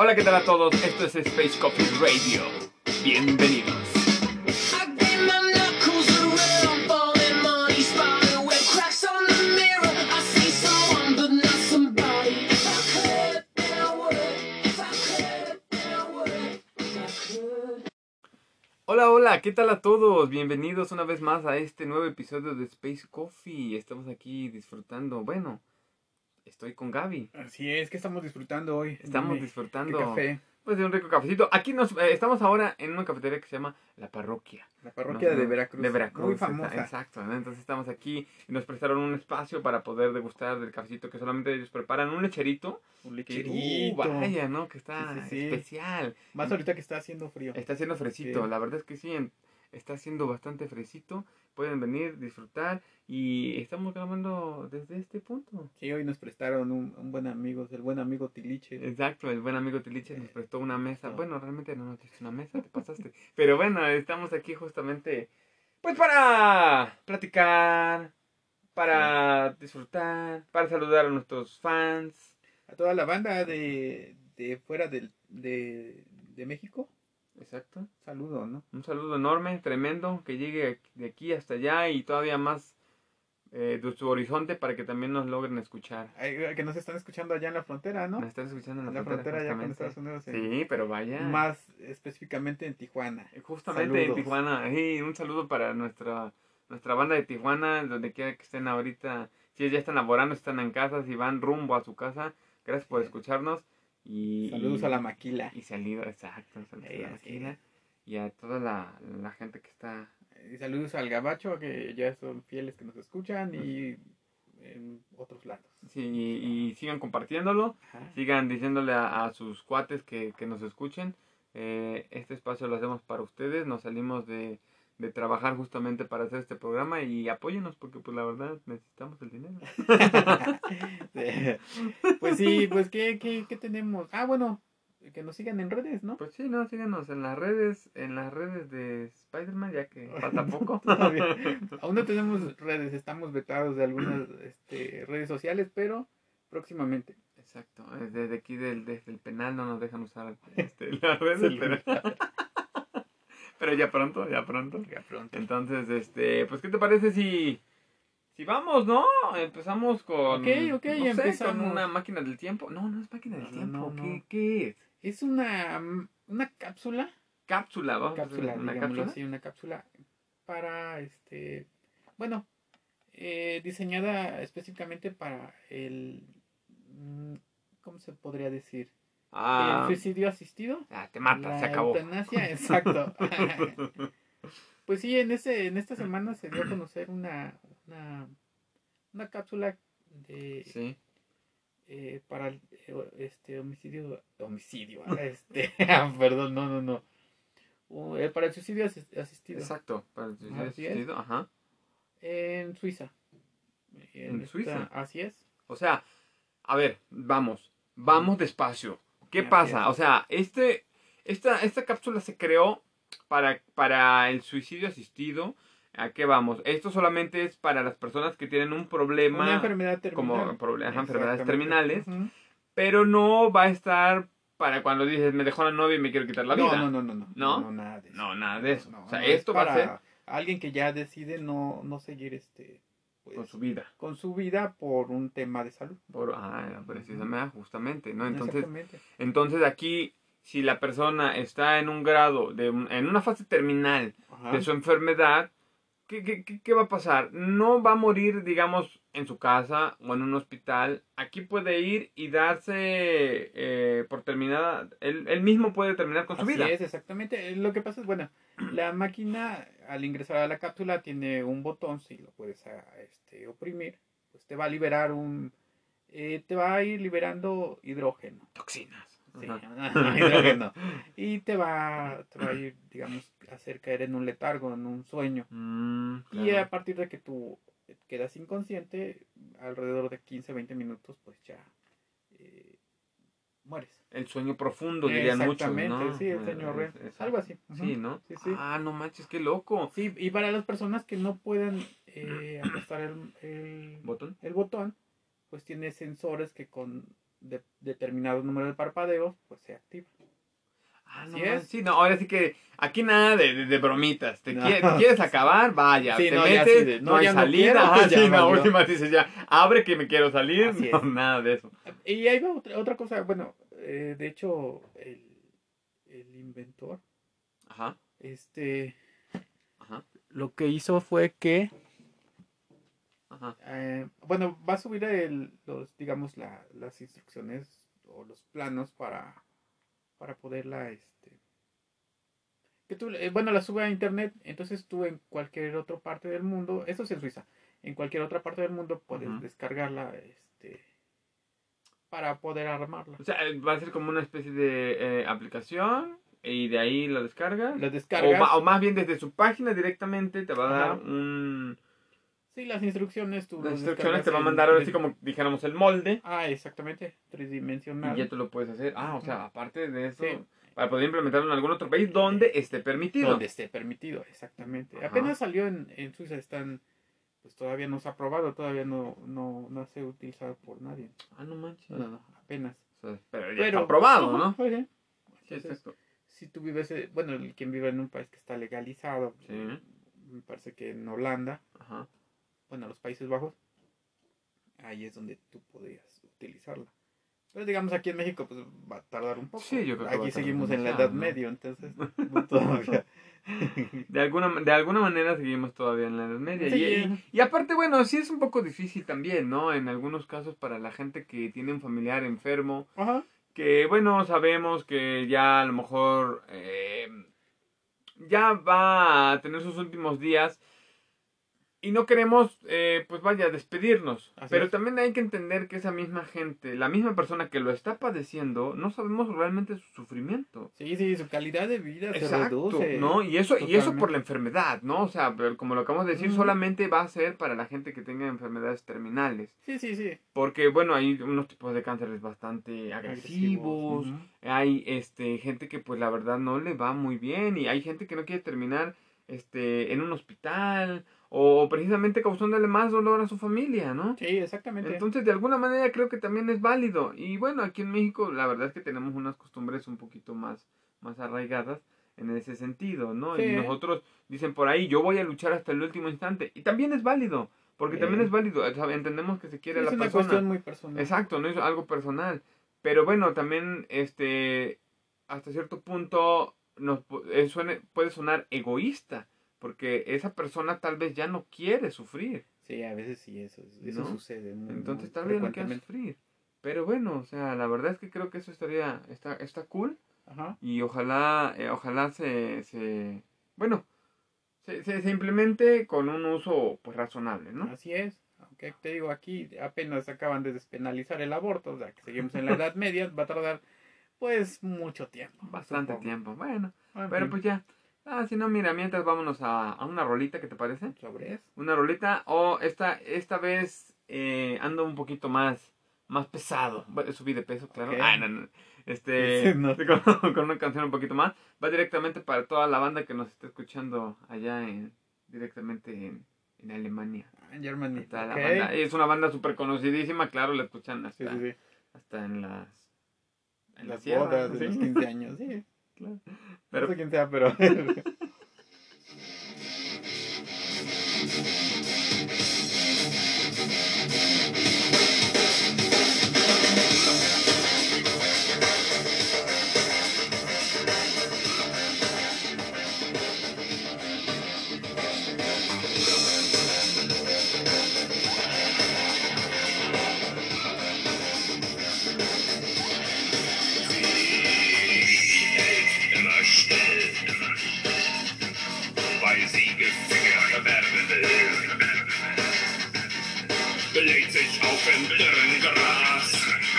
Hola, ¿qué tal a todos? Esto es Space Coffee Radio. Bienvenidos. Hola, hola, ¿qué tal a todos? Bienvenidos una vez más a este nuevo episodio de Space Coffee. Estamos aquí disfrutando, bueno, estoy con Gaby. Así es, que estamos disfrutando hoy. Estamos Dime, disfrutando ¿qué café? pues de un rico cafecito. Aquí estamos ahora en una cafetería que se llama La Parroquia. La parroquia de Veracruz. De Veracruz, Muy famosa. exacto, ¿no? Entonces estamos aquí y nos prestaron un espacio para poder degustar del cafecito que solamente ellos preparan. Un lecherito. Un Que, lecherito. vaya, ¿no? Que está Sí. especial. Más ahorita que está haciendo frío. Está haciendo fresito, Sí. la verdad es que sí, está haciendo bastante fresito. Pueden venir, disfrutar y estamos grabando desde este punto. Sí, hoy nos prestaron un buen amigo, el buen amigo Tiliche. Exacto, el buen amigo Tiliche nos prestó una mesa. No. Bueno, realmente no nos diste una mesa, te pasaste. Pero bueno, estamos aquí justamente pues para platicar, para disfrutar, para saludar a nuestros fans. A toda la banda de fuera de México. Exacto. Saludo, ¿no? Un saludo enorme, tremendo, que llegue de aquí hasta allá y todavía más de su horizonte para que también nos logren escuchar. Que nos están escuchando allá en la frontera, ¿no? Nos están escuchando en En la la frontera, frontera ya con justamente. Estados Unidos. Sí, pero vaya. Más específicamente en Tijuana. Justamente Saludos. en Tijuana. Y un saludo para nuestra banda de Tijuana, donde quiera que estén ahorita. Si ya están laborando, están en casa, si van rumbo a su casa. Gracias por escucharnos. Saludos a la maquila. Y salido, exacto. Saludos a la maquila. Y a toda la gente que está. Y saludos al gabacho, que ya son fieles que nos escuchan, y en otros lados. Sí, y sigan compartiéndolo. Ajá. Sigan diciéndole a sus cuates que nos escuchen. Este espacio lo hacemos para ustedes. Nos salimos de trabajar justamente para hacer este programa y apóyenos porque pues la verdad necesitamos el dinero. Pues sí, pues ¿qué tenemos? Ah, bueno, que nos sigan en redes, ¿no? Pues sí, no, síganos en las redes de Spider-Man, ya que falta poco. Aún no tenemos redes, estamos vetados de algunas redes sociales, pero próximamente. Exacto, desde aquí desde el penal no nos dejan usar las redes, pero ya pronto. Ya pronto. Entonces, pues ¿qué te parece si vamos, ¿no? Empezamos con, Ok, no sé, empezamos. con una máquina del tiempo. No, no es máquina del tiempo. No. ¿Qué es? Es una cápsula. Cápsula, vamos a Cápsula, hacer una digámoslo cápsula. así, una cápsula para bueno, diseñada específicamente para el, ¿cómo se podría decir? El suicidio asistido. Te matas, se acabó. Eutanasia, exacto. Pues sí, en esta semana se dio a conocer una cápsula de Sí. para el homicidio, perdón, no. Para el suicidio asistido. Exacto, para el suicidio Así asistido, ajá. En Suiza. ¿En Suiza? Así es. O sea, a ver, vamos despacio. ¿Qué Así pasa? es. O sea, esta cápsula se creó para el suicidio asistido. ¿A qué vamos? Esto solamente es para las personas que tienen un problema. Una enfermedad terminal. Como enfermedades terminales. Uh-huh. Pero no va a estar para cuando dices, me dejó la novia y me quiero quitar la vida. No, nada de eso. No, nada de eso. No, o sea, no, esto va a ser alguien que ya decide no seguir pues, con su vida por un tema de salud. Precisamente, justamente, ¿no? Exactamente. Entonces aquí, si la persona está en un grado, en una fase terminal de su enfermedad, ¿qué va a pasar? No va a morir, digamos, en su casa o en un hospital. Aquí puede ir y darse por terminada, él mismo puede terminar con su vida. Así es, exactamente. Lo que pasa es, bueno, la máquina al ingresar a la cápsula tiene un botón, si lo puedes oprimir, pues te va a liberar te va a ir liberando hidrógeno. Toxinas. Sí, hidrógeno. Y te va a ir, digamos, a hacer caer en un letargo, en un sueño. Claro. Y a partir de que tú quedas inconsciente, alrededor de 15-20 minutos, pues ya mueres. El sueño profundo, dirían muchos, ¿no? Exactamente, sí, el sueño REM. Algo así. Sí, ¿no? Sí. Ah, no manches, qué loco. Sí, y para las personas que no pueden aplastar el ¿Botón? el botón, pues tiene sensores que con determinado número de parpadeos, pues se activa. Ah, no Así manches. es. Sí, no, ahora sí que aquí nada de bromitas. No. ¿Quieres acabar? Vaya, Sí, te no, ya metes, sí no hay ya no salida. quiero, Ah, ya sí, la valió. última dices ya, abre que me quiero salir. Así No, es. nada de eso. Y ahí va otra cosa, bueno, de hecho, el inventor, Ajá, este, ajá, lo que hizo fue que, ajá. bueno, va a subir digamos, las instrucciones o los planos para poderla, que tú, bueno, la sube a internet, entonces tú en cualquier otra parte del mundo, eso sí es Suiza, en cualquier otra parte del mundo puedes Ujú. descargarla, para poder armarla. O sea, va a ser como una especie de aplicación y de ahí lo descargas. Lo descargas, O más bien desde su página directamente te va a dar ajá, sí, las instrucciones tú las los instrucciones, te descargas va a en mandar ahora sí como dijéramos el molde exactamente, y ya tridimensional, tú lo puedes hacer. Ah, o ujú, sea, aparte de sí, eso, para poder implementarlo en algún otro país donde esté permitido. donde esté permitido, exactamente. Ajá. Apenas salió en Suiza, pues todavía no se ha aprobado, todavía no ha sido utilizado por nadie. Ah, no manches. No, apenas. O sea, pero ya está Pero, aprobado, ajá, ¿no? oye, Sí, entonces, exacto. si tú vives, bueno, quien vive en un país que está legalizado, Sí. me parece que en Holanda, Ajá. bueno, los Países Bajos, ahí es donde tú podrías utilizarla. Pero digamos aquí en México, pues va a tardar un Sí, poco. yo creo que va a Aquí tardar seguimos en la Edad demasiado, ¿no? Media, entonces, pues, todavía. De alguna manera seguimos todavía en la Edad Media. Sí, Y aparte, bueno, sí es un poco difícil también, ¿no? En algunos casos para la gente que tiene un familiar enfermo, ajá. que bueno, sabemos que ya a lo mejor ya va a tener sus últimos días y no queremos, pues vaya, despedirnos. Así Pero es. también hay que entender que esa misma gente, la misma persona que lo está padeciendo, no sabemos realmente su sufrimiento. Sí, sí, su calidad de vida se Exacto, ¿no? reduce Y eso por la totalmente. enfermedad, ¿no? O sea, pero como lo acabamos de decir, Ujú. solamente va a ser para la gente que tenga enfermedades terminales. Sí, sí, sí. Porque, bueno, hay unos tipos de cánceres bastante Agresivos. agresivos. Ujú. Hay gente que pues la verdad no le va muy bien. Y hay gente que no quiere terminar en un hospital. O precisamente causándole más dolor a su familia, ¿no? Sí, exactamente. Entonces, de alguna manera creo que también es válido. Y bueno, aquí en México la verdad es que tenemos unas costumbres un poquito más arraigadas en ese sentido, ¿no? Y Sí, nosotros dicen por ahí, yo voy a luchar hasta el último instante. Y también es válido, porque también es sí. válido. O sea, entendemos que se quiere Sí, a es la una persona. cuestión muy personal. Exacto, no es algo personal. Pero bueno, también hasta cierto punto puede sonar egoísta, porque esa persona tal vez ya no quiere sufrir. Sí, a veces sí, eso ¿No? sucede muy, muy Entonces tal vez no quieren frecuentemente. sufrir. Pero bueno, o sea, la verdad es que creo que eso está cool. Ajá. Y ojalá bueno, se implemente con un uso pues razonable, ¿no? Así es. Aunque te digo, aquí apenas acaban de despenalizar el aborto, o sea, que seguimos en la Edad Media, va a tardar pues mucho tiempo, Bastante supongo. tiempo. Bueno, En pero fin, pues ya. Ah, si no, mira, mientras vámonos a una rolita, ¿qué te parece? sobre eso. Una rolita. O esta vez ando un poquito más pesado. Bueno, subí de peso, Ok. claro. Ah, no, no. Sí, se Con una canción un poquito más. Va directamente para toda la banda que nos está escuchando allá directamente en Alemania. En Germany. Hasta Ok. la banda. Es una banda súper conocidísima, claro, la escuchan Sí, sí, sí. hasta en la Las sierra, bodas, ¿no? en Sí, los 15 años, sí. claro. No Pero sé quién sea, pero. Immer still, weil sie geführt werden will. Legt sich auf im dürren Gras,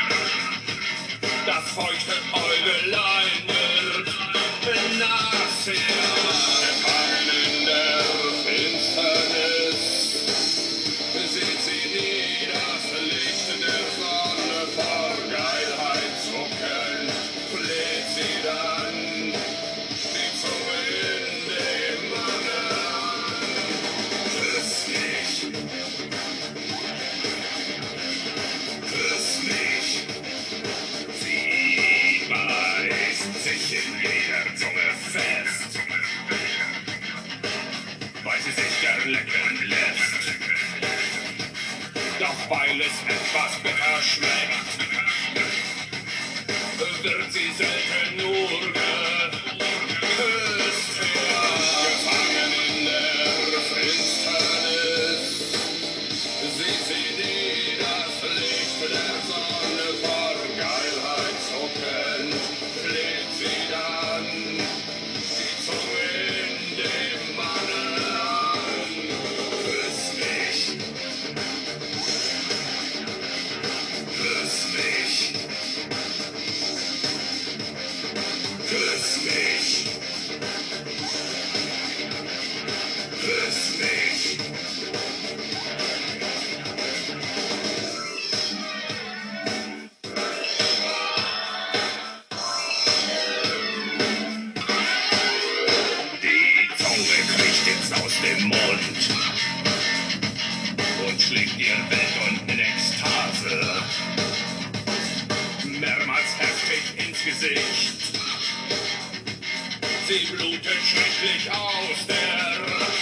das feuchte Äugelein wird nass. Gefangen in der Finsternis sieht sie nie das Licht der Sonne vor Geilheit zuckend, fleht sie dann die Zunge in dem Manne an. Küss mich, küss mich. weil es etwas bitter schmeckt, wird sie selten nur geküsst. Gefangen in der Finsternis, sieht sie nie das Licht der Sonne vor Geilheit zuckend, klebt sie dann die Zunge in dem Manne an. Küss mich, küss mich, küss mich, küss mich. Die Zunge kriecht jetzt aus dem Mund und schlägt ihr wild und in Ekstase mehrmals heftig ins Gesicht. Sie blutet schrecklich aus der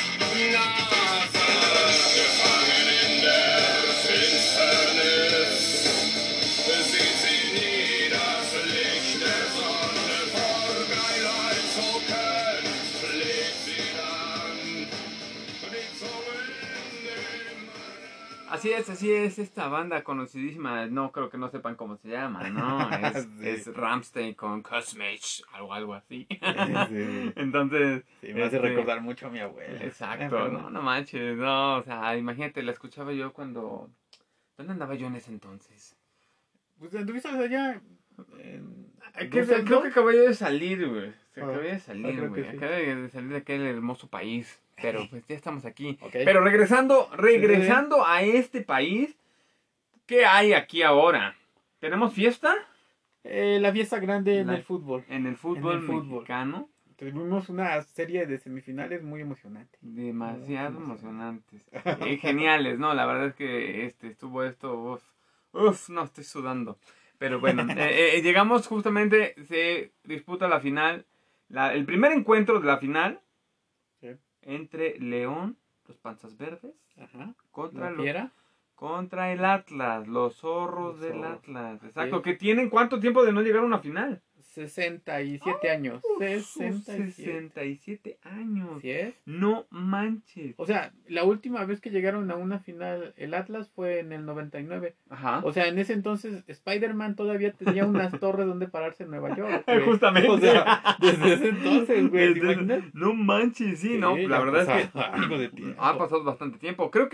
Nase, gefangen in der Finsternis. Sieht sie nie das Licht der Sonne vor Geilheit zucken, legt sie dann die Zunge in dem Así es, esta banda conocidísima, no creo que no sepan cómo se llama, ¿no? Es, Sí. es Rammstein con Cosmich, algo así. Sí. Entonces, Sí, me hace este, recordar mucho a mi abuela. exacto, Pero- no manches, no, o sea, imagínate, la escuchaba yo cuando, ¿dónde andaba yo en ese entonces? Pues anduviste allá en Creo que Düsseldorf? acabé de salir, güey. Ah, Acabé de salir, creo güey. que sí. Acabé de salir de aquel hermoso país. Pero pues ya estamos aquí. Ok. Pero regresando a este país, ¿qué hay aquí ahora? ¿Tenemos fiesta? La fiesta grande en La- el fútbol. En el fútbol En el fútbol. mexicano. Tuvimos una serie de semifinales muy emocionante. Demasiado Muy emocionantes. Geniales, ¿no? La verdad es que estuvo esto. No, estoy sudando. Pero bueno, llegamos justamente, se disputa la final. El primer encuentro de la final Sí. entre León, los Panzas Verdes, Ajá. contra La fiera. contra el Atlas, los zorros Los del zorros. Atlas. Exacto, Sí. que tienen ¿cuánto tiempo de no llegar a una final? 67 años. 67. 67 años. ¿Sí es? No manches. O sea, la última vez que llegaron a una final el Atlas fue en el 99. Ajá. O sea, en ese entonces Spider-Man todavía tenía unas torres donde pararse en Nueva York. güey. Justamente. O sea, desde ese entonces, güey. ¿Te imaginas? No manches, sí, Sí, no, la ya verdad es que pasaba algo de tiempo. ha pasado bastante tiempo. Creo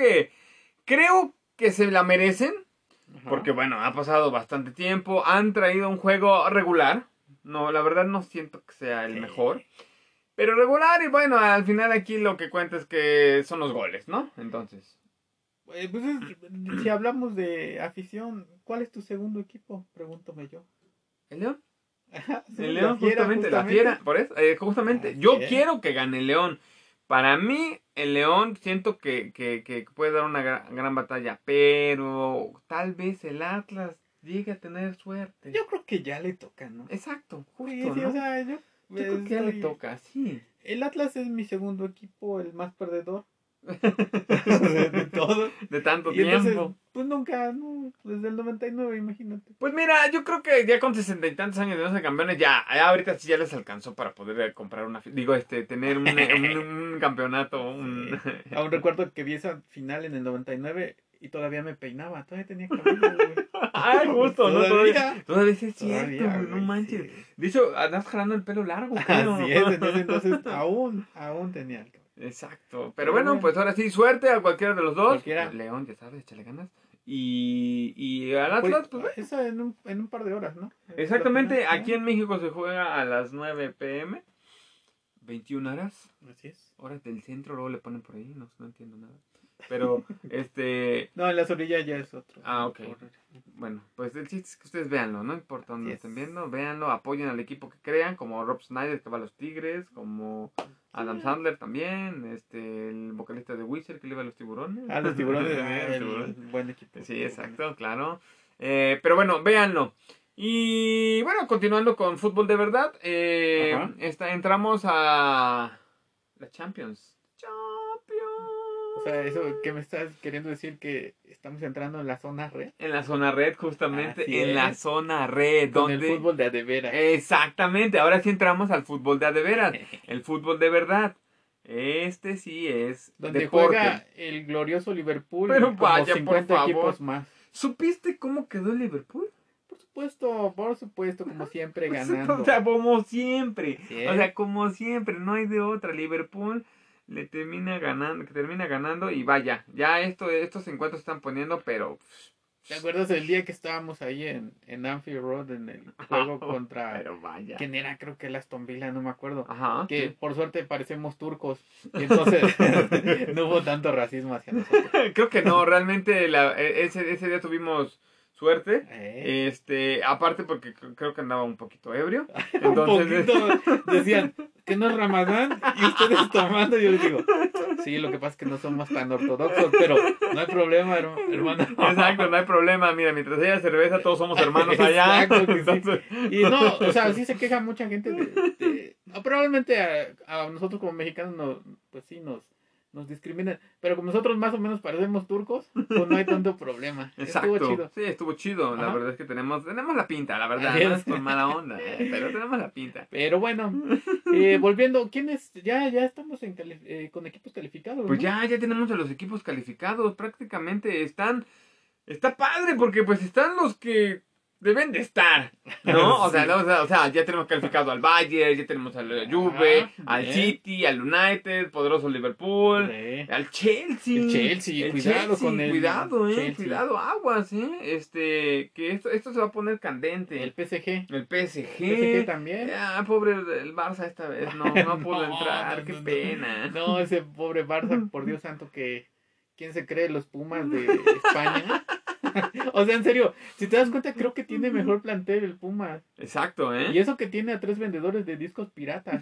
que se la merecen, Ajá. porque bueno, ha pasado bastante tiempo, han traído un juego regular. No, la verdad no siento que sea el Sí. mejor, pero regular y bueno, al final aquí lo que cuenta es que son los goles, ¿no? Entonces, Pues si hablamos de afición, ¿cuál es tu segundo equipo? Pregúntame yo. ¿el León? Ajá, sí, El León, Fiera, justamente, la Fiera, por eso, justamente, Así yo es. quiero que gane el León. Para mí, el León siento que puede dar una gran batalla, pero tal vez el Atlas llegue a tener suerte. Yo creo que ya le toca, ¿no? Exacto, justo, Sí, sí, ¿no? o sea, yo creo que ya le estoy- toca, sí. El Atlas es mi segundo equipo, el más perdedor de todo. De tanto Y entonces, tiempo. pues nunca, no, desde el 99, imagínate. Pues mira, yo creo que ya con 60 y tantos años de no ser campeones, ya ahorita sí ya les alcanzó para poder comprar tener un campeonato, Aún recuerdo que vi esa final en el 99 y todavía me peinaba, todavía tenía cabello, güey. Ay, justo, ¿no? Todavía. Todavía sí es cierto, Todavía, güey, no güey, manches. sí. De hecho, andas jalando el pelo largo, creo. Así es, en ese entonces aún tenía el cabello. Exacto. Pero Pero bueno, bueno. pues ahora sí, suerte a cualquiera de los dos. Cualquiera. León, ya sabes, échale ganas. Y al Atlas, pues, bueno. Esa en un par de horas, ¿no? Exactamente, La final, aquí en México se juega a las 9 p.m. 21 horas. Así es. Horas del centro, luego le ponen por ahí, no entiendo nada. Pero, No, en las orillas ya es otro. ok. Bueno, pues el chiste es que ustedes véanlo, no importa dónde lo Así estén es. viendo, véanlo, apoyen al equipo que crean, como Rob Snyder que va a los Tigres, como Adam Sandler también, el vocalista de Wizard que le va a los Tiburones. Ah, los tiburones, Los Tiburones. el buen equipo. Sí, exacto, claro. Pero bueno, véanlo. Y bueno, continuando con fútbol de verdad, Ajá. entramos a la Champions. O sea, eso que me estás queriendo decir que estamos entrando en la zona red. En la zona red, justamente, Así en la es. zona red. Con donde... el fútbol de adeveras. Exactamente, ahora sí entramos al fútbol de adeveras, el fútbol de verdad. Este sí es Donde deporte. juega el glorioso Liverpool Pero y como vaya, por 50 favor. equipos más. ¿Supiste cómo quedó el Liverpool? Por supuesto, como siempre O ganando. sea, como siempre. ¿Sí? O sea, como siempre, no hay de otra. Liverpool le termina ganando y vaya, ya estos encuentros se están poniendo, pero... ¿Te acuerdas el día que estábamos ahí en Anfield Road en el juego contra... Pero vaya. ¿Quién era? Creo que el Aston Villa, no me acuerdo. Ajá. Que Sí. por suerte parecemos turcos. Y entonces no hubo tanto racismo hacia nosotros. Creo que no, realmente ese día tuvimos suerte. Aparte porque creo que andaba un poquito ebrio. Entonces, Un poquito decían que no es Ramadán y ustedes tomando. Yo les digo, sí, lo que pasa es que no somos tan ortodoxos, pero no hay problema, hermano. Exacto, no hay problema. Mira, mientras haya cerveza, todos somos hermanos allá. Exacto, que sí. Entonces... Y no, o sea, sí se queja mucha gente probablemente a nosotros como mexicanos pues sí nos discriminan, pero como nosotros más o menos parecemos turcos, pues no hay tanto problema. Exacto. Estuvo chido. Sí, estuvo chido. La Ajá. verdad es que tenemos la pinta, la verdad. Así No es. es por mala onda, pero tenemos la pinta. Pero bueno, volviendo, ¿quiénes? Ya estamos con equipos calificados, Pues ¿no? ya tenemos a los equipos calificados. Prácticamente está padre porque pues están los que deben de estar, ¿no? O sea, ya tenemos calificado al Bayern, ya tenemos al Juve, al bien. City, al United, poderoso Liverpool, Sí. al Chelsea. El Chelsea, cuidado con el Cuidado, Chelsea. cuidado, aguas, que esto se va a poner candente. El PSG. El PSG. El PSG también. Ah, pobre el Barça esta vez, no pudo entrar, qué pena. No, ese pobre Barça, por Dios santo, ¿quién se cree los Pumas de España? O sea, en serio, si te das cuenta, creo que tiene mejor plantel el Pumas. Exacto, Y eso que tiene a 3 vendedores de discos piratas.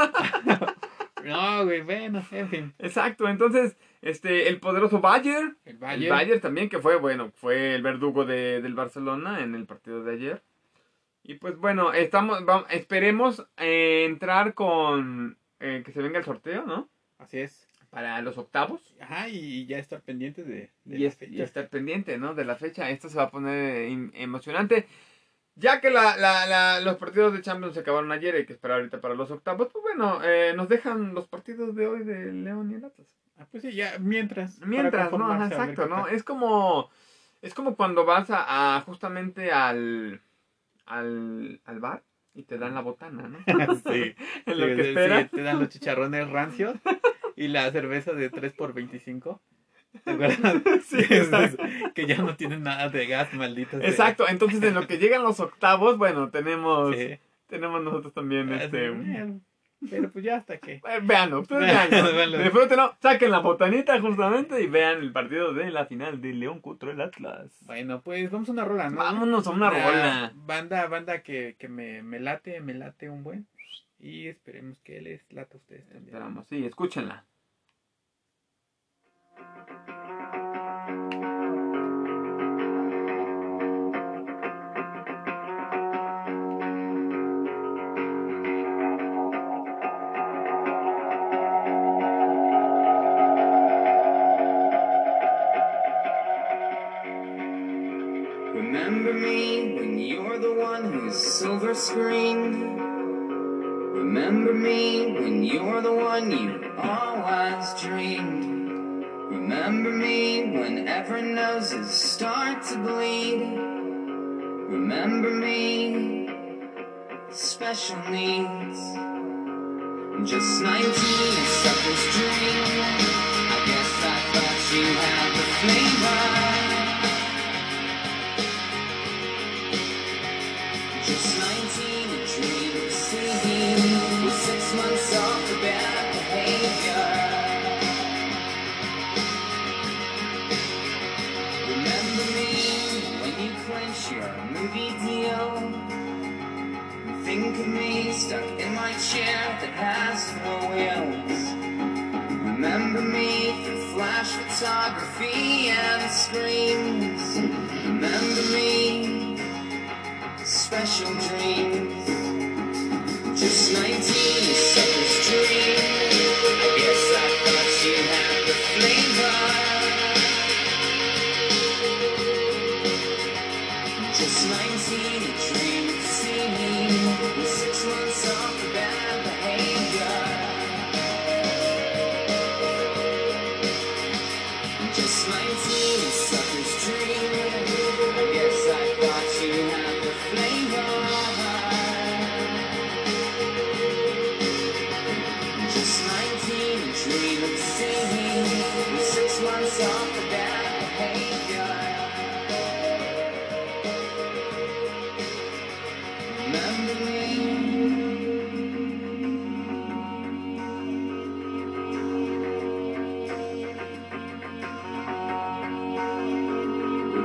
No, güey, bueno, en fin. Exacto, entonces, el poderoso Bayern. El Bayern. El Bayern también, que fue el verdugo del Barcelona en el partido de ayer. Y pues bueno, esperemos entrar con que se venga el sorteo, ¿no? Así es. Para los octavos. Ajá, y ya estar pendientes de Y la fecha. estar pendiente, ¿no? De la fecha. Esto se va a poner emocionante. Ya que los partidos de Champions se acabaron ayer, hay que esperar ahorita para los octavos. Pues bueno, nos dejan los partidos de hoy de León y el Atlas. Ah, pues sí, ya, mientras, ¿no? Ajá, exacto, ¿no? Es como cuando vas justamente al bar y te dan la botana, ¿no? Sí. En lo que esperas. Sí, te dan los chicharrones rancios y la cerveza de 3x25. ¿Te acuerdas? Sí, exacto. Que ya no tienen nada de gas, malditos. Exacto, entonces en lo que llegan los octavos, bueno, tenemos Sí. nosotros también Pero pues ya hasta que. Véanlo, ustedes véanlo. Disfrútenlo, saquen la botanita justamente y vean el partido de la final de León contra el Atlas. Bueno, pues vamos a una rola, ¿no? Vámonos a una rola. Banda que me late un buen. Y esperemos que les lata a ustedes también. Esperamos, sí, escúchenla. Remember me when you're the one who's silver screened. Remember me when you're the one you always dreamed. Remember me whenever noses start to bleed. Remember me, special needs. Just 19, a sucker's dream. I guess I thought you had the flavor. Just 19, a dream of seeing with 6 months off for bad behavior. Remember me when you clench your movie deal. Think of me stuck in my chair that has 4 wheels. Remember me through flash photography and screens. Remember me, special dreams. Just 19, a sucker's dream. I guess I thought you had the flavor.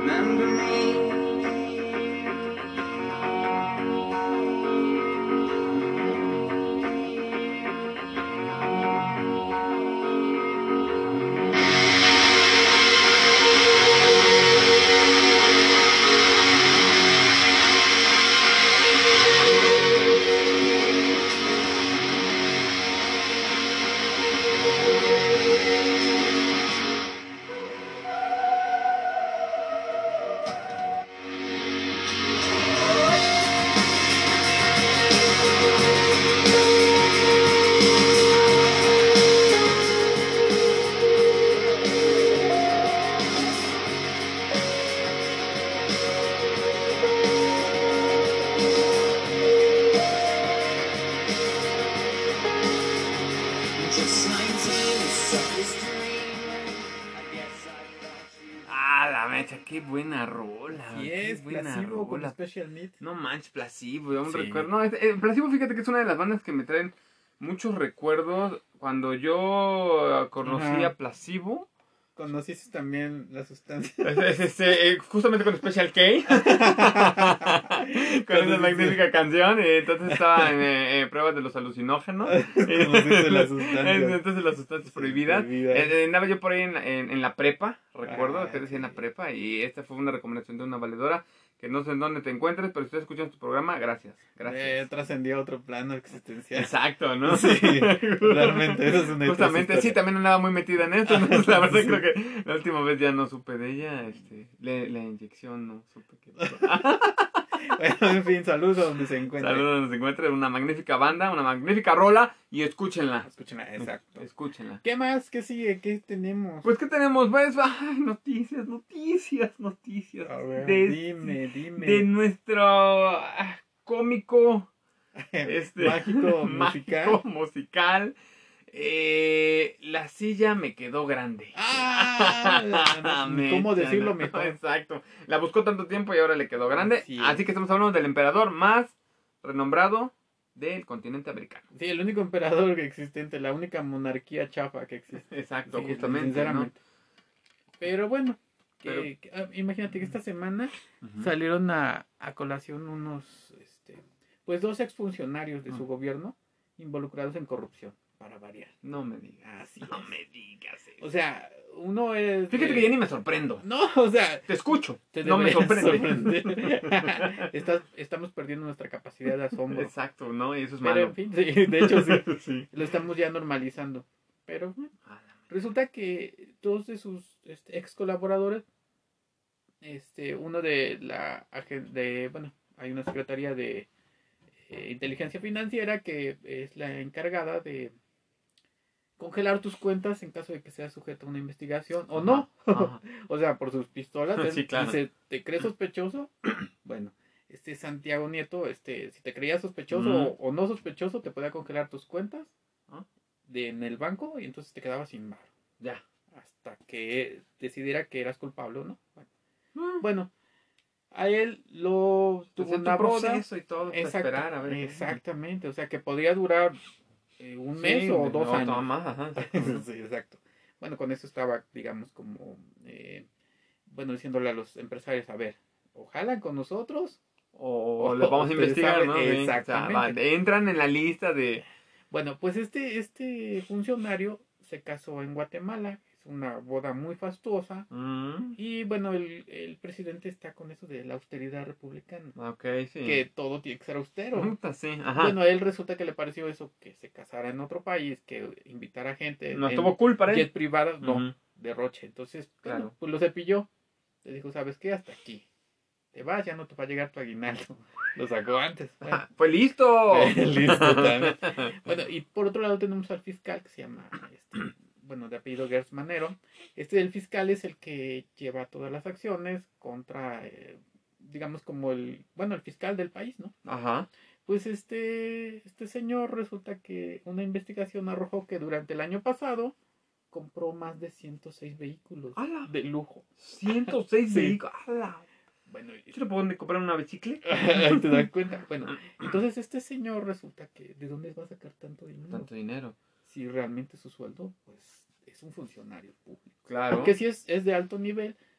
remember me. Just 19, a sucker's dream. I guess I thought you. Ah, la mecha, qué buena rola. Sí qué es, buena Placebo con rola. Special Needs. No manches, Placebo, yo aún Sí. recuerdo. No, Placebo, fíjate que es una de las bandas que me traen muchos recuerdos. Cuando yo conocí Ajá. a Placebo, Conociste también la sustancia. justamente con Special K, con esa magnífica canción, y entonces estaba en pruebas de los alucinógenos. Conociste la sustancia. Entonces las sustancias prohibidas. Andaba yo por ahí en la prepa, recuerdo, Ah, te decía en la ok. prepa, y esta fue una recomendación de una valedora, que no sé en dónde te encuentres, pero si estás escuchando tu programa, gracias. Trascendió a otro plano existencial. Exacto, ¿no? Sí, realmente, eso es una Justamente, historia. sí, también andaba muy metida en esto, entonces la verdad Sí. creo que la última vez ya no supe de ella, la inyección no supe que... Bueno, en fin, saludos a donde se encuentre. Saludos, nos encuentre una magnífica banda, una magnífica rola, y escúchenla. Escúchenla, exacto. Escúchenla. ¿Qué más? ¿Qué sigue? ¿Qué tenemos? Pues, ¿qué tenemos? Pues, ay, noticias. A ver, De dime. nuestro cómico, Mágico musical. musical. La silla me quedó grande. Ni cómo Mecha, decirlo ¿no? mejor. Exacto. La buscó tanto tiempo y ahora le quedó grande. Así Así es. que estamos hablando del emperador más renombrado del continente americano. Sí, el único emperador existente, la única monarquía chafa que existe. Exacto, Sí, justamente, sinceramente. Pero bueno, Pero- imagínate que esta semana Ujú. salieron a colación unos, pues dos exfuncionarios de su Ujú. gobierno involucrados en corrupción, para variar. No me digas. Así No es. me digas eso. O sea, uno es... Fíjate que ya ni me sorprendo. No, o sea, Te escucho. te No me debería sorprende. sorprender. Estamos perdiendo nuestra capacidad de asombro. Exacto, ¿no? Y eso es Pero malo. en fin, sí, de hecho sí, Sí. lo estamos ya normalizando. Pero resulta que dos de sus ex colaboradores, uno de bueno, hay una secretaría de inteligencia financiera que es la encargada de congelar tus cuentas en caso de que seas sujeto a una investigación o no. Ajá. O sea, por sus pistolas. Él Sí, claro. dice, ¿te crees sospechoso? Bueno, Santiago Nieto, si te creías sospechoso Ujú. o no sospechoso, te podía congelar tus cuentas Ah, en el banco y entonces te quedabas sin varo. Ya. Hasta que decidiera que eras culpable o no. Mm. Bueno, a él lo tuvo Hacer tu una boda. proceso y todo para esperar a ver qué. Exactamente, o sea que podría durar un mes Sí, o 2 años. todo más, ajá, exacto. Sí, exacto. Bueno, con eso estaba, digamos, como, bueno, diciéndole a los empresarios, a ver, o jalan con nosotros, O les vamos a ustedes investigar, saben ¿no? Sí. O sea, exactamente. entran en la lista de... Bueno, pues este funcionario se casó en Guatemala, es una boda muy fastuosa, Mm, y bueno, el presidente está con eso de la austeridad republicana, ok, sí. que todo tiene que ser austero. Puta, sí, ajá. Bueno, a él resulta que le pareció eso, que se casara en otro país, que invitara gente No en estuvo cool para él. jet privado, no, Ujú. derroche. Entonces, bueno, Claro. pues lo cepilló. Le dijo, ¿sabes qué? Hasta aquí. Te vas, ya no te va a llegar tu aguinaldo. Lo sacó antes. Bueno, ¡Fue listo! listo también. Bueno, y por otro lado tenemos al fiscal que se llama, bueno, de apellido Gertz Manero. El fiscal es el que lleva todas las acciones contra, digamos, como el fiscal del país, ¿no? Ajá. Pues este señor resulta que una investigación arrojó que durante el año pasado compró más de 106 vehículos ¡Hala! de lujo. 106 Sí. vehículos. ¡Hala! Bueno, ¿Yo le puedo comprar una bicicleta? ahí te das cuenta. Bueno, entonces este señor resulta que ¿de dónde va a sacar tanto dinero? Tanto dinero. Si realmente su sueldo, pues, es un funcionario público. Claro. Que sí es de alto nivel,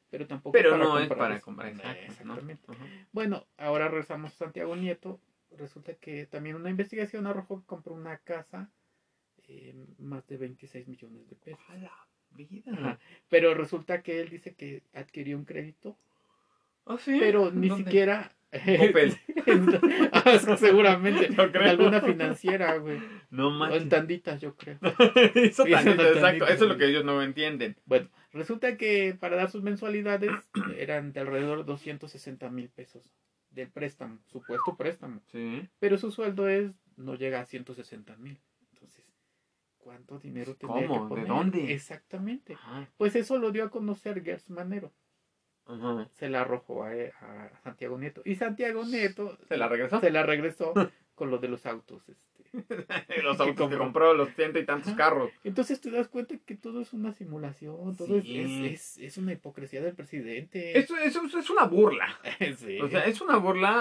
pero tampoco Pero para no es comprar para eso. comprar, exacto, ¿no? Exactamente. Ajá. Bueno, ahora regresamos a Santiago Nieto. Resulta que también una investigación arrojó que compró una casa más de 26 millones de pesos. ¡A la vida! Ajá. Pero resulta que él dice que adquirió un crédito, ¿Ah, sí? pero ni ¿Dónde? siquiera... Coppel. Seguramente Yo en creo. alguna financiera, güey. No O en manches. tanditas, yo creo. Hizo Hizo tantito, una exacto. tantita, Eso es lo sí. que ellos no entienden. Bueno, resulta que para dar sus mensualidades eran de alrededor de 260,000 pesos del préstamo, supuesto préstamo. Sí. Pero su sueldo no llega a 160,000. Entonces, ¿cuánto dinero tendría que ¿Cómo? ¿De poner? dónde? Exactamente. Ajá. Pues eso lo dio a conocer Gers Manero. Ajá. Se la arrojó a Santiago Nieto. Y Santiago Nieto ¿Se la regresó? se la regresó con lo de los autos. Los que autos que compró, los ciento y tantos Ajá. carros. Entonces te das cuenta que todo es una simulación, todo Sí. es una hipocresía del presidente. Eso es una burla. Sí. O sea, es una burla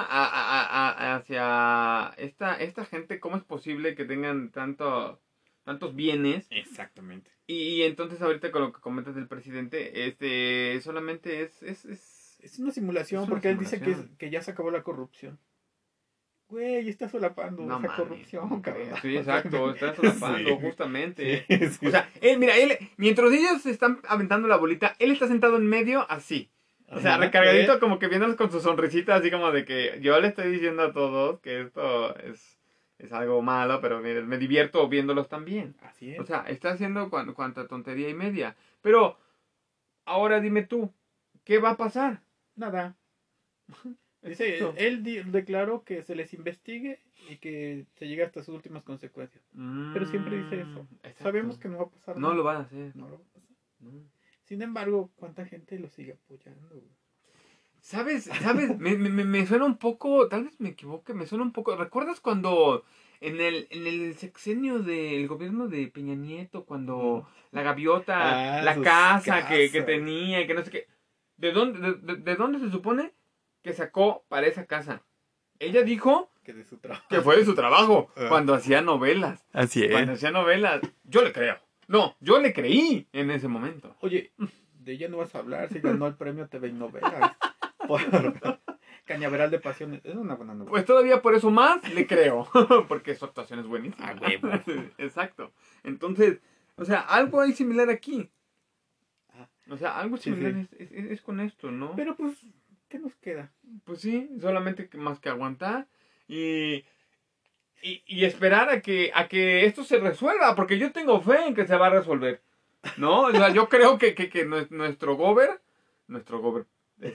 hacia esta gente. ¿Cómo es posible que tengan tantos bienes? Exactamente. Y entonces ahorita con lo que comentas del presidente, solamente Es una simulación Es una porque él dice simulación. que ya se acabó la corrupción. Güey, está solapando No esa mames, corrupción, ¿cómo cabrón. crees? Sí, exacto, está solapando, Sí. justamente. Sí, sí. O sea, mientras ellos se están aventando la bolita, él está sentado en medio así. O sea, Ajá, recargadito, ¿ves? como que viéndolos con su sonrisita, así como de que yo le estoy diciendo a todos que esto es algo malo, pero miren, me divierto viéndolos también. Así O es. sea, está haciendo cuanta tontería y media. Pero, ahora dime tú, ¿qué va a pasar? Nada. Dice, Exacto. él declaró que se les investigue y que se llegue hasta sus últimas consecuencias. Pero siempre dice eso. Exacto. Sabemos que no va a pasar No nada. lo van a hacer. No lo va a pasar. No. Sin embargo, ¿cuánta gente lo sigue apoyando? Güey? ¿Sabes? Me suena un poco, tal vez me equivoque, me suena un poco. ¿Recuerdas cuando en el sexenio del gobierno de Peña Nieto, cuando la gaviota, la Sus casa que casas. tenía y que no sé qué? ¿De dónde se supone que sacó para esa casa? Ella dijo Que de su trabajo. que fue de su trabajo, Ah. cuando hacía novelas. Así Cuando hacía novelas. Yo le creo. No, yo le creí en ese momento. Oye, de ella no vas a hablar si ganó el premio TV y Novelas. Por Cañaveral de Pasiones. Es una buena novela. Pues todavía por eso más le creo. Porque su actuación es buenísima. Ah, huevo. Exacto. Entonces, o sea, algo hay similar aquí. Ah, O sea, algo sí, similar sí. es con esto, ¿no? Pero pues, ¿qué nos queda? Pues sí, solamente más que aguantar y esperar a que esto se resuelva. Porque yo tengo fe en que se va a resolver. ¿No? O sea, yo creo que nuestro gober, nuestro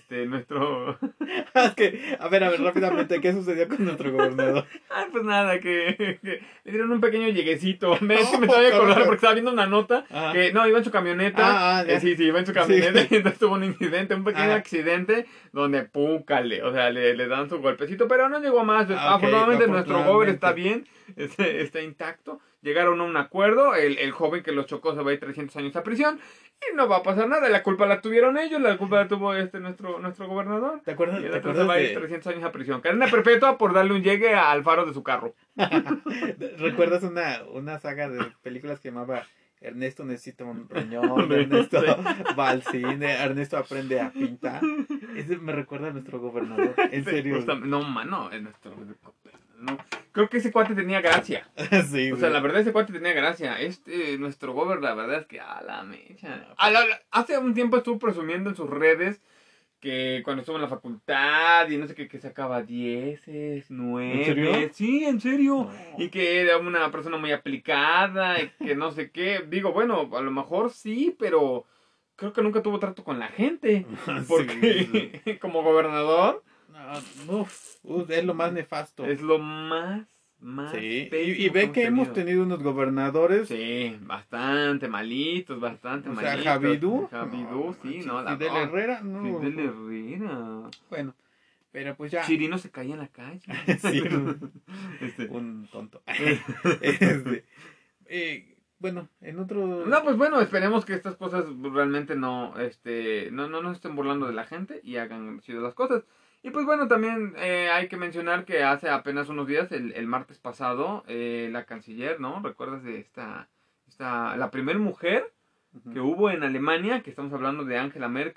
Es que, a ver, rápidamente, ¿qué sucedió con nuestro gobernador? Ay, pues nada, que le dieron un pequeño lleguecito. Es que me No, estaba de acordar cabrón. porque estaba viendo una nota Ajá. que no, iba en su camioneta. Ya. Sí, iba en su camioneta Sí. y entonces tuvo un incidente, un pequeño Ah. accidente donde púcale, o sea, le dan su golpecito, pero no llegó más. Ah, ok, Afortunadamente nuestro gober está afortunadamente. bien, está intacto. Llegaron a un acuerdo, el joven que los chocó se va a ir 300 años a prisión y no va a pasar nada. La culpa la tuvieron ellos, la culpa la tuvo nuestro gobernador. ¿Te acuerdas, Y el ¿te otro se acuerdas va a ir de... 300 años a prisión. Cadena perpetua por darle un llegue al faro de su carro. ¿Recuerdas una saga de películas que llamaba Ernesto necesita un riñón, Ernesto va al cine, Ernesto aprende a pintar? Ese me recuerda a nuestro gobernador, en Sí, serio. no, mano, es nuestro... No. Creo que ese cuate tenía gracia. Sí, O sea, sí. la verdad ese cuate tenía gracia. Nuestro gober, la verdad es que a la mecha. Hace un tiempo estuvo presumiendo en sus redes que cuando estuvo en la facultad y no sé qué, que sacaba 10, 9. ¿En serio? Sí, en serio. No. Y que era una persona muy aplicada y que no sé qué. Digo, bueno, a lo mejor sí, pero creo que nunca tuvo trato con la gente. Porque Sí. como gobernador No, es lo más nefasto. es lo más Sí, pésimo y ve que hemos tenido. tenido unos gobernadores. Sí, bastante malitos, bastante O sea, malitos. Javidú. Javidú, sí, manches, no, la Fidel verdad. Herrera, no. Fidel Herrera. Bueno, pero pues ya. Chirino se caía en la calle. Sí, Este, un tonto. Este, bueno, en otro. No, pues bueno, esperemos que estas cosas realmente no nos estén burlando de la gente y hagan chido las cosas. Y pues bueno, también hay que mencionar que hace apenas unos días, el martes pasado, la canciller, ¿no? ¿Recuerdas de la primera mujer que hubo en Alemania, que estamos hablando de Angela Merkel?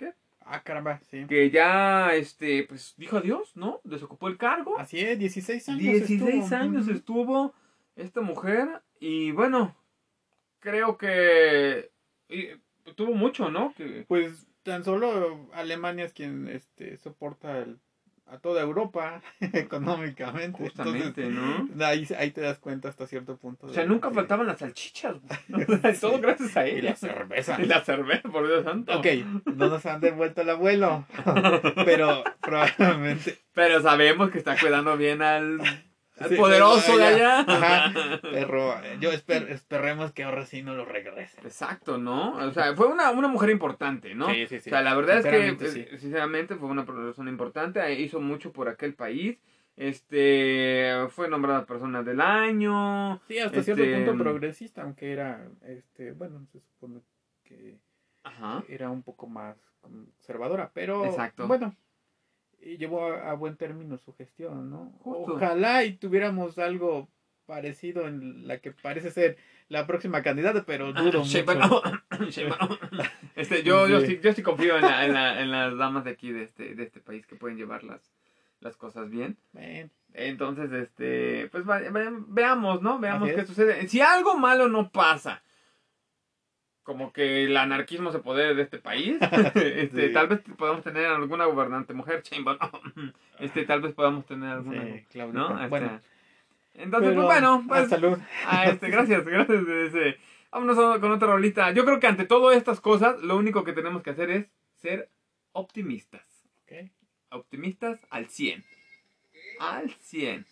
Ah, caramba, sí. que ya, pues dijo adiós, ¿no? Desocupó el cargo. Así es, 16 años 16 estuvo. años Ujú. estuvo esta mujer y bueno, creo que tuvo mucho, ¿no? Que Pues tan solo Alemania es quien soporta a toda Europa económicamente. Entonces, justamente, ¿no? ahí te das cuenta hasta cierto punto O sea, nunca faltaban las salchichas, güey. O sea, todo sí. gracias a Y ella. la cerveza. Y la cerveza, por Dios santo. Ok, no nos han devuelto el abuelo, pero probablemente Pero sabemos que está cuidando bien al sí, poderoso de allá. Ajá, pero esperemos que ahora sí no lo regrese. Exacto, ¿no? O sea, fue una mujer importante, ¿no? Sí, sí, O sí. sea, la verdad es que, Sinceramente, sí. sinceramente, fue una persona importante, hizo mucho por aquel país, fue nombrada persona del año, Sí, hasta cierto punto progresista, aunque era, bueno, se supone que ajá, era un poco más conservadora, pero exacto, bueno, y llevó a buen término su gestión, ¿no? justo. Ojalá y tuviéramos algo parecido en la que parece ser la próxima candidata, pero dudo mucho. Sheinbaum, Sheinbaum. Yo Sí. sí, confío en las damas de aquí, de este país, que pueden llevar las cosas bien. Bueno, Entonces, pues veamos, ¿no? así Veamos qué es. sucede. Si algo malo no pasa, como que el anarquismo se apodere de este país, Sí, tal vez podamos tener alguna gobernante mujer, Sheinbaum, tal vez podamos tener alguna, sí, Claudia ¿no? Sheinbaum. Bueno, Entonces, pues pero bueno, pues, salud. gracias, vámonos con otra rolita. Yo creo que ante todas estas cosas, lo único que tenemos que hacer es ser optimistas. Ok. Optimistas al 100. Al 100.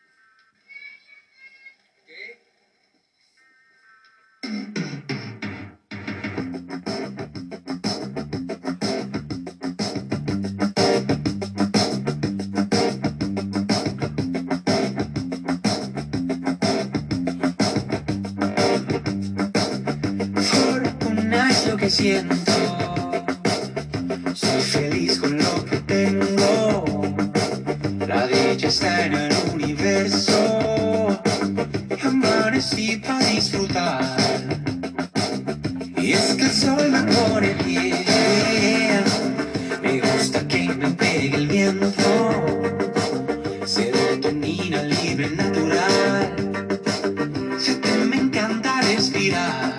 Fortuna es lo que siento. Soy feliz con lo que tengo. La dicha está en el universo. Amanecí para disfrutar. Y es que el sol me pone bien. Me gusta que me pegue el viento. Serotonina libre, natural. Sé que me encanta respirar.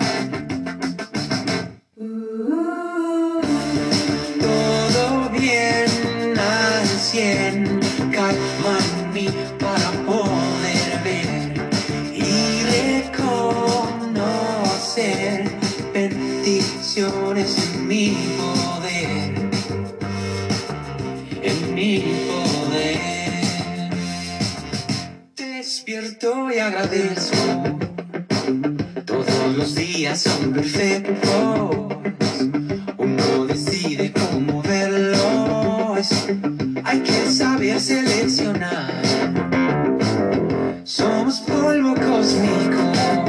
Todo bien al 100, calma en mí para poder ver y reconocer bendiciones en mi poder, en mi poder. Despierto y agradezco, todos los días son perfectos. Uno decide cómo verlos. Hay que saber seleccionar. Somos polvo cósmico,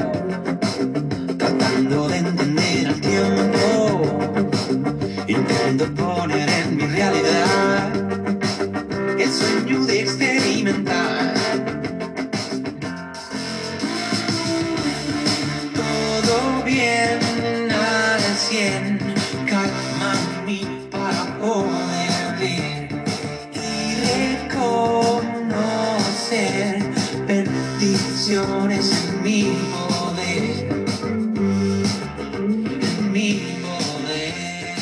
tratando de entender el tiempo. Intento poner en mi realidad el sueño de experimentar. Todo bien al 100, calma en mí para poder ver y reconocer bendiciones en mi poder, en mi poder.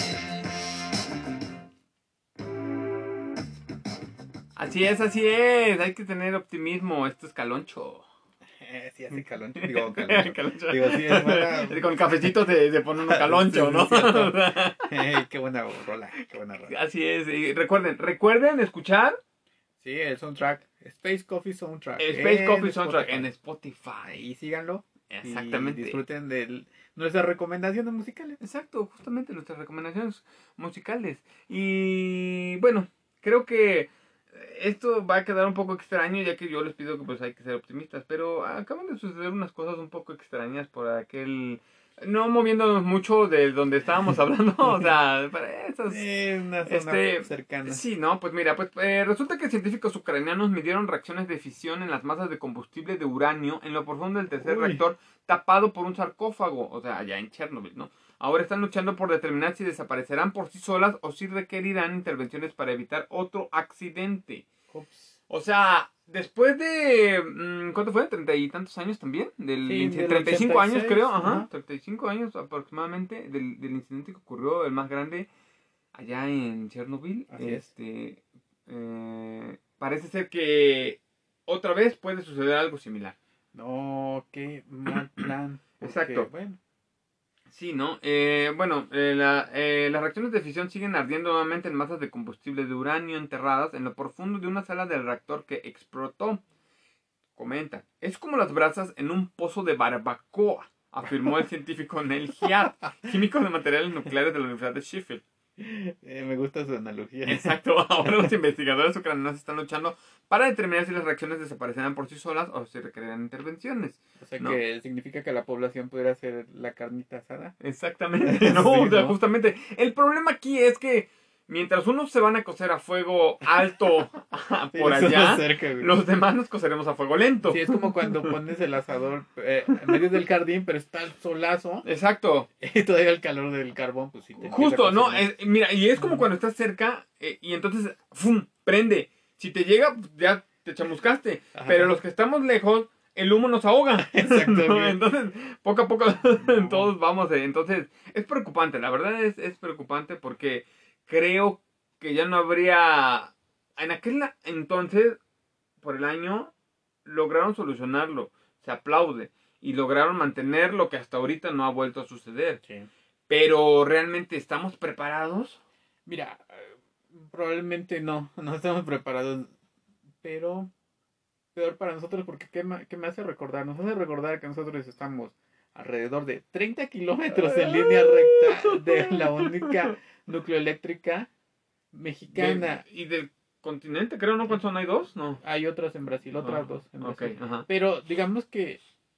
Así es, así es. Hay que tener optimismo. Esto es Caloncho. Sí, hace caloncho. Digo, caloncho. Caloncho. Digo, sí, es buena. Con cafecito se pone uno caloncho, Sí, ¿no? es cierto. Qué buena rola, qué buena rola. Así es. Y recuerden escuchar Sí, el soundtrack. Space Coffee Soundtrack. Space Coffee En Soundtrack en Spotify. Ahí Spotify. síganlo. Y Exactamente. disfruten de nuestras recomendaciones musicales. Exacto, justamente nuestras recomendaciones musicales. Y bueno, creo que esto va a quedar un poco extraño, ya que yo les pido que pues hay que ser optimistas, pero acaban de suceder unas cosas un poco extrañas por aquel... No moviéndonos mucho de donde estábamos hablando, o sea, para esas... Una zona cercana. Sí, no, pues mira, pues resulta que científicos ucranianos midieron reacciones de fisión en las masas de combustible de uranio en lo profundo del tercer Uy. reactor tapado por un sarcófago, o sea, allá en Chernobyl, ¿no? ahora están luchando por determinar si desaparecerán por sí solas o si requerirán intervenciones para evitar otro accidente. Ups. O sea, después de... ¿cuánto fue? ¿30 y tantos años también? Sí, del 35 años 86, creo, ajá. ajá. 35 años aproximadamente del incidente que ocurrió, el más grande, allá en Chernobyl. Así es. Parece ser que otra vez puede suceder algo similar. No, qué mal plan. Porque, Exacto. bueno, Sí, ¿no? Las reacciones de fisión siguen ardiendo nuevamente en masas de combustible de uranio enterradas en lo profundo de una sala del reactor que explotó. Comenta, es como las brasas en un pozo de barbacoa, afirmó el científico Neil Hiart, químico de materiales nucleares de la Universidad de Sheffield. me gusta su analogía. Exacto, ahora los investigadores ucranianos están luchando para determinar si las reacciones desaparecerán por sí solas o si requerirán intervenciones. O sea, ¿no? que significa que la población pudiera hacer la carnita asada. Exactamente, no, Sí, o sea, ¿no? justamente. El problema aquí es que mientras unos se van a cocer a fuego alto Sí, por estamos allá, cerca, güey. los demás nos coceremos a fuego lento. Sí, es como cuando pones el asador en medio del jardín, pero está el solazo Exacto. y todavía el calor del carbón, pues sí te empieza Justo, a ¿no? cocinar. Mira, y es como Ujú. cuando estás cerca y entonces, ¡fum!, prende. Si te llega, pues, ya te chamuscaste. Ajá. Pero los que estamos lejos, el humo nos ahoga. Exacto, ¿no? güey. Entonces, poco a poco No. todos vamos. Entonces, es preocupante. La verdad es preocupante porque creo que ya no habría... En aquel entonces, por el año, lograron solucionarlo. Se aplaude. Y lograron mantener lo que hasta ahorita no ha vuelto a suceder. Sí. Pero ¿realmente estamos preparados? Mira, probablemente no estamos preparados, pero peor para nosotros porque ¿qué me hace recordar? Nos hace recordar que nosotros estamos alrededor de 30 kilómetros en línea recta de la única nucleoeléctrica mexicana. Y del continente, creo, ¿no? ¿Cuántos son? ¿Hay dos? No. Hay otras en Brasil, otras dos en Ok, Brasil. ajá. Pero digamos que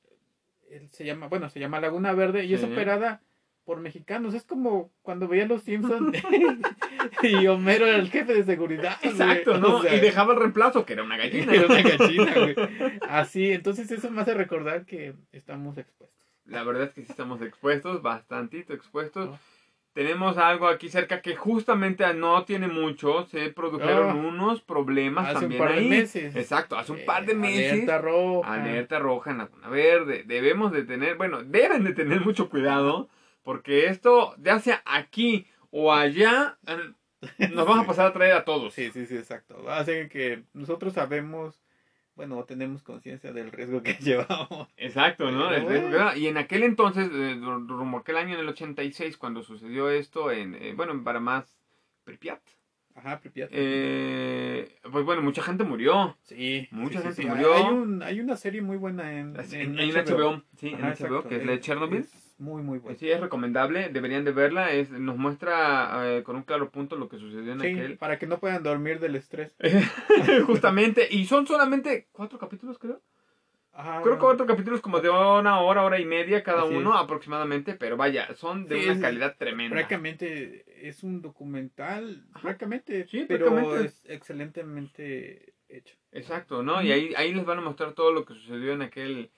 se llama Laguna Verde y es Sí. operada por mexicanos. Es como cuando veía Los Simpsons y Homero era el jefe de seguridad. güey. Exacto, ¿no? O sea, Y dejaba el reemplazo, que era una gallina. era una gallina, güey. Así, entonces eso me hace recordar que estamos expuestos. La verdad es que sí estamos expuestos, bastantito expuestos. ¿no? Tenemos algo aquí cerca que justamente no tiene mucho. Se produjeron unos problemas Hace también un par de ahí. meses. Exacto, hace un par de meses. Alerta roja. Alerta roja en Laguna Verde. Debemos de tener, bueno, deben de tener mucho cuidado. Porque esto, ya sea aquí o allá, nos vamos a pasar a traer a todos. Sí, exacto. Hace que nosotros sabemos, bueno, tenemos conciencia del riesgo que llevamos. Exacto, ¿no? Pero El riesgo que bueno. da. Y en aquel entonces, rumbo a aquel año, en el 86, cuando sucedió esto, bueno, para más Pripyat, Ajá, Pripyat. pues bueno, mucha gente murió. Sí, Mucha gente sí. murió. Hay una serie muy buena en En HBO, sí, en Ajá, HBO, exacto. que es la de Chernobyl. Es muy, muy buena. Sí, es recomendable, deberían de verla. Nos muestra con un claro punto lo que sucedió en Sí, aquel. para que no puedan dormir del estrés. Justamente, y son solamente 4 capítulos, creo. Ajá. Creo que 4 capítulos como de una hora y media cada Así uno es. aproximadamente, pero vaya, son de Sí, una es- calidad tremenda. Prácticamente es un documental, prácticamente, Sí, pero prácticamente. es excelentemente hecho. Exacto, ¿no? Y ahí les van a mostrar todo lo que sucedió en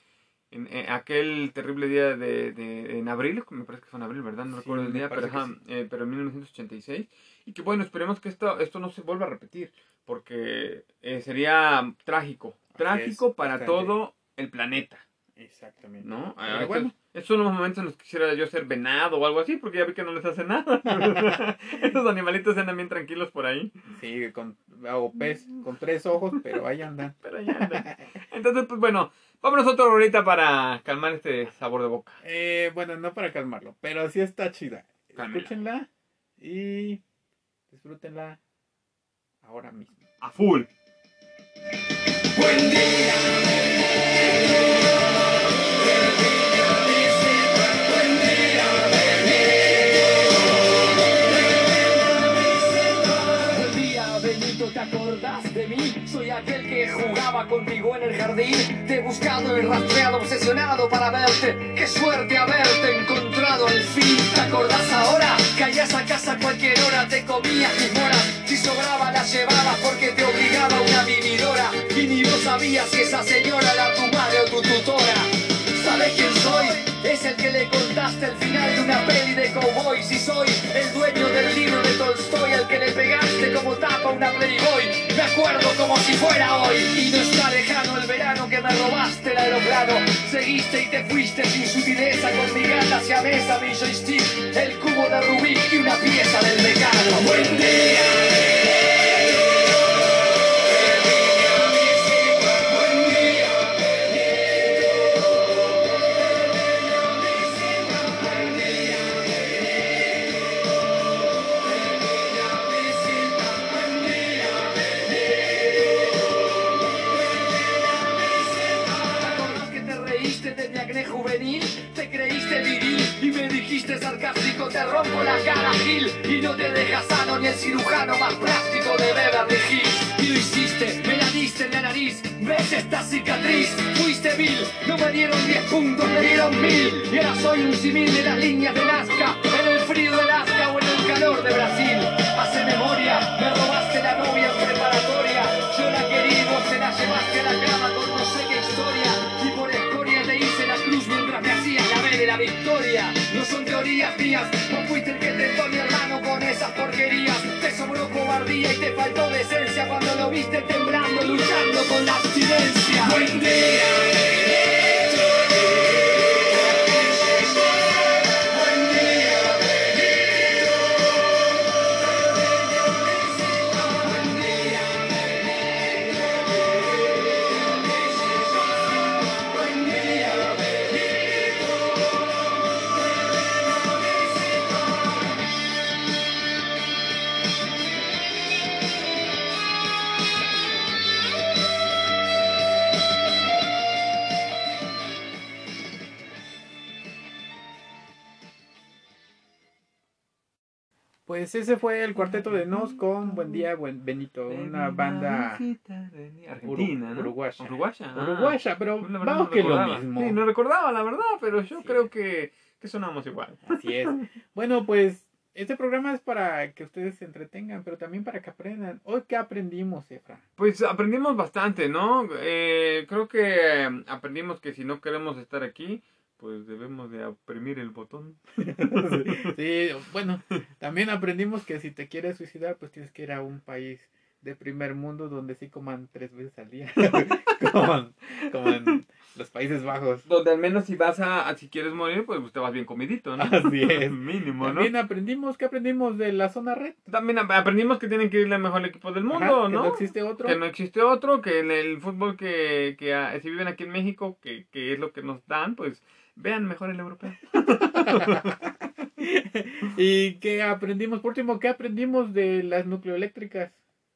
aquel terrible día en abril, me parece que fue en abril, ¿verdad? No Sí, recuerdo el me día, pero, parece que pero en 1986. Y que bueno, esperemos que esto no se vuelva a repetir, porque sería trágico. Así Trágico es, para bastante. todo el planeta, Exactamente. ¿no? Pero bueno. Estos son los momentos en los que quisiera yo ser venado o algo así, porque ya vi que no les hace nada. Estos animalitos andan bien tranquilos por ahí. Sí, o pez con 3 ojos, pero ahí andan. Pero ya andan. Entonces, pues bueno, vámonos otro ahorita para calmar este sabor de boca. Bueno, no para calmarlo, pero sí está chida. Cálmela. Escúchenla y disfrútenla ahora mismo. A full. Buen día. Buen día, Benito, ¿te acordás de mí? Soy aquel que jugaba contigo en el jardín. Te he buscado y rastreado, obsesionado para verte. Qué suerte haberte encontrado al fin. ¿Te acordás ahora? Caías a casa a cualquier hora, te comías mis moras. Si sobraba las llevabas porque te obligaba una vividora. Y ni vos sabías si esa señora era tu madre o tu tutora. ¿Sabes quién soy? es el que le contaste el final de una peli de cowboys. Y soy el dueño del libro de Tolstoy, al que le pegaste como tapa una Playboy. Me acuerdo como si fuera hoy. Y no está lejano el verano que me robaste el aeroplano. Seguiste y te fuiste sin sutileza, con mi gata hacia mesa, mi joystick, el cubo de Rubik y una pieza del Decano. Buen día. Te creíste viril y me dijiste sarcástico, te rompo la cara, Gil, y no te dejas sano ni el cirujano más práctico de Beverly Hills. Y lo hiciste, me la diste en la nariz, ves esta cicatriz, fuiste vil, no me dieron 10 puntos, me dieron 1000, y ahora soy un civil de las líneas de Nazca, en el frío de Alaska o en el calor de Brasil. Hace memoria, me robaste la novia en preparatoria, yo la querí, vos te la llevaste a la cama con no sé qué historia, y por escoria te hice la cruz mientras me hacías la B de la victoria. No son teorías mías, no fuiste el que tentó a mi hermano con esas porquerías. Te sobró cobardía y te faltó decencia cuando lo viste temblando, luchando con la abstinencia. Buen día. Pues ese fue el Cuarteto de Nos con Buen Día, Buen Benito, una banda argentina, ¿no? Uruguaya. Uruguaya, pero la verdad vamos no que es lo recordaba. mismo. Sí, no recordaba, la verdad, pero yo Sí. creo que sonamos igual. Así es. Bueno, pues este programa es para que ustedes se entretengan, pero también para que aprendan. Hoy, ¿qué aprendimos, Efra? Pues aprendimos bastante, ¿no? Creo que aprendimos que si no queremos estar aquí, pues debemos de oprimir el botón. Sí, bueno, también aprendimos que si te quieres suicidar, pues tienes que ir a un país de primer mundo donde sí coman 3 veces al día, como en los Países Bajos. Donde al menos si vas si quieres morir, pues te vas bien comidito, ¿no? Así es. Mínimo, También ¿no? ¿qué aprendimos de la zona red? También aprendimos que tienen que ir el mejor equipo del mundo, Ajá, ¿no? Que no existe otro. Que no existe otro, que en el fútbol si viven aquí en México, que es lo que nos dan, pues vean mejor el europeo. ¿Y qué aprendimos? Por último, ¿qué aprendimos de las nucleoeléctricas?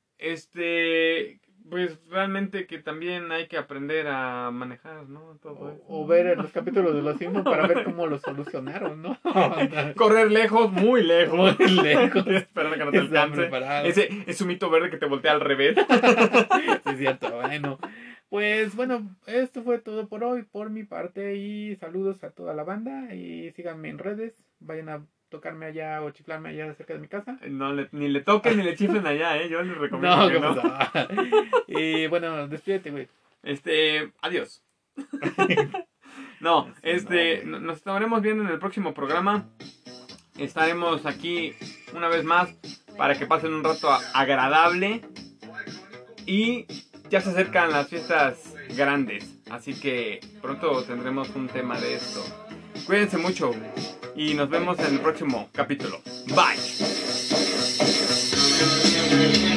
Pues realmente que también hay que aprender a manejar, ¿no? Todo eso. O ver los capítulos de Los Simpsons para ver cómo lo solucionaron, ¿no? Correr lejos, muy lejos. Muy lejos. Esperando que no te Están alcance. preparados. Ese es un mito verde que te voltea al revés. Sí, es cierto. Bueno, pues bueno, esto fue todo por hoy, por mi parte. Y saludos a toda la banda. Y síganme en redes. Vayan a tocarme allá o chiflarme allá cerca de mi casa. No, ni le toquen ni le chiflen allá, yo les recomiendo que no. Y bueno, despídete, güey. Adiós. No, nos estaremos viendo en el próximo programa. Estaremos aquí una vez más para que pasen un rato agradable. Y ya se acercan las fiestas grandes, así que pronto tendremos un tema de esto. Cuídense mucho y nos vemos en el próximo capítulo. Bye.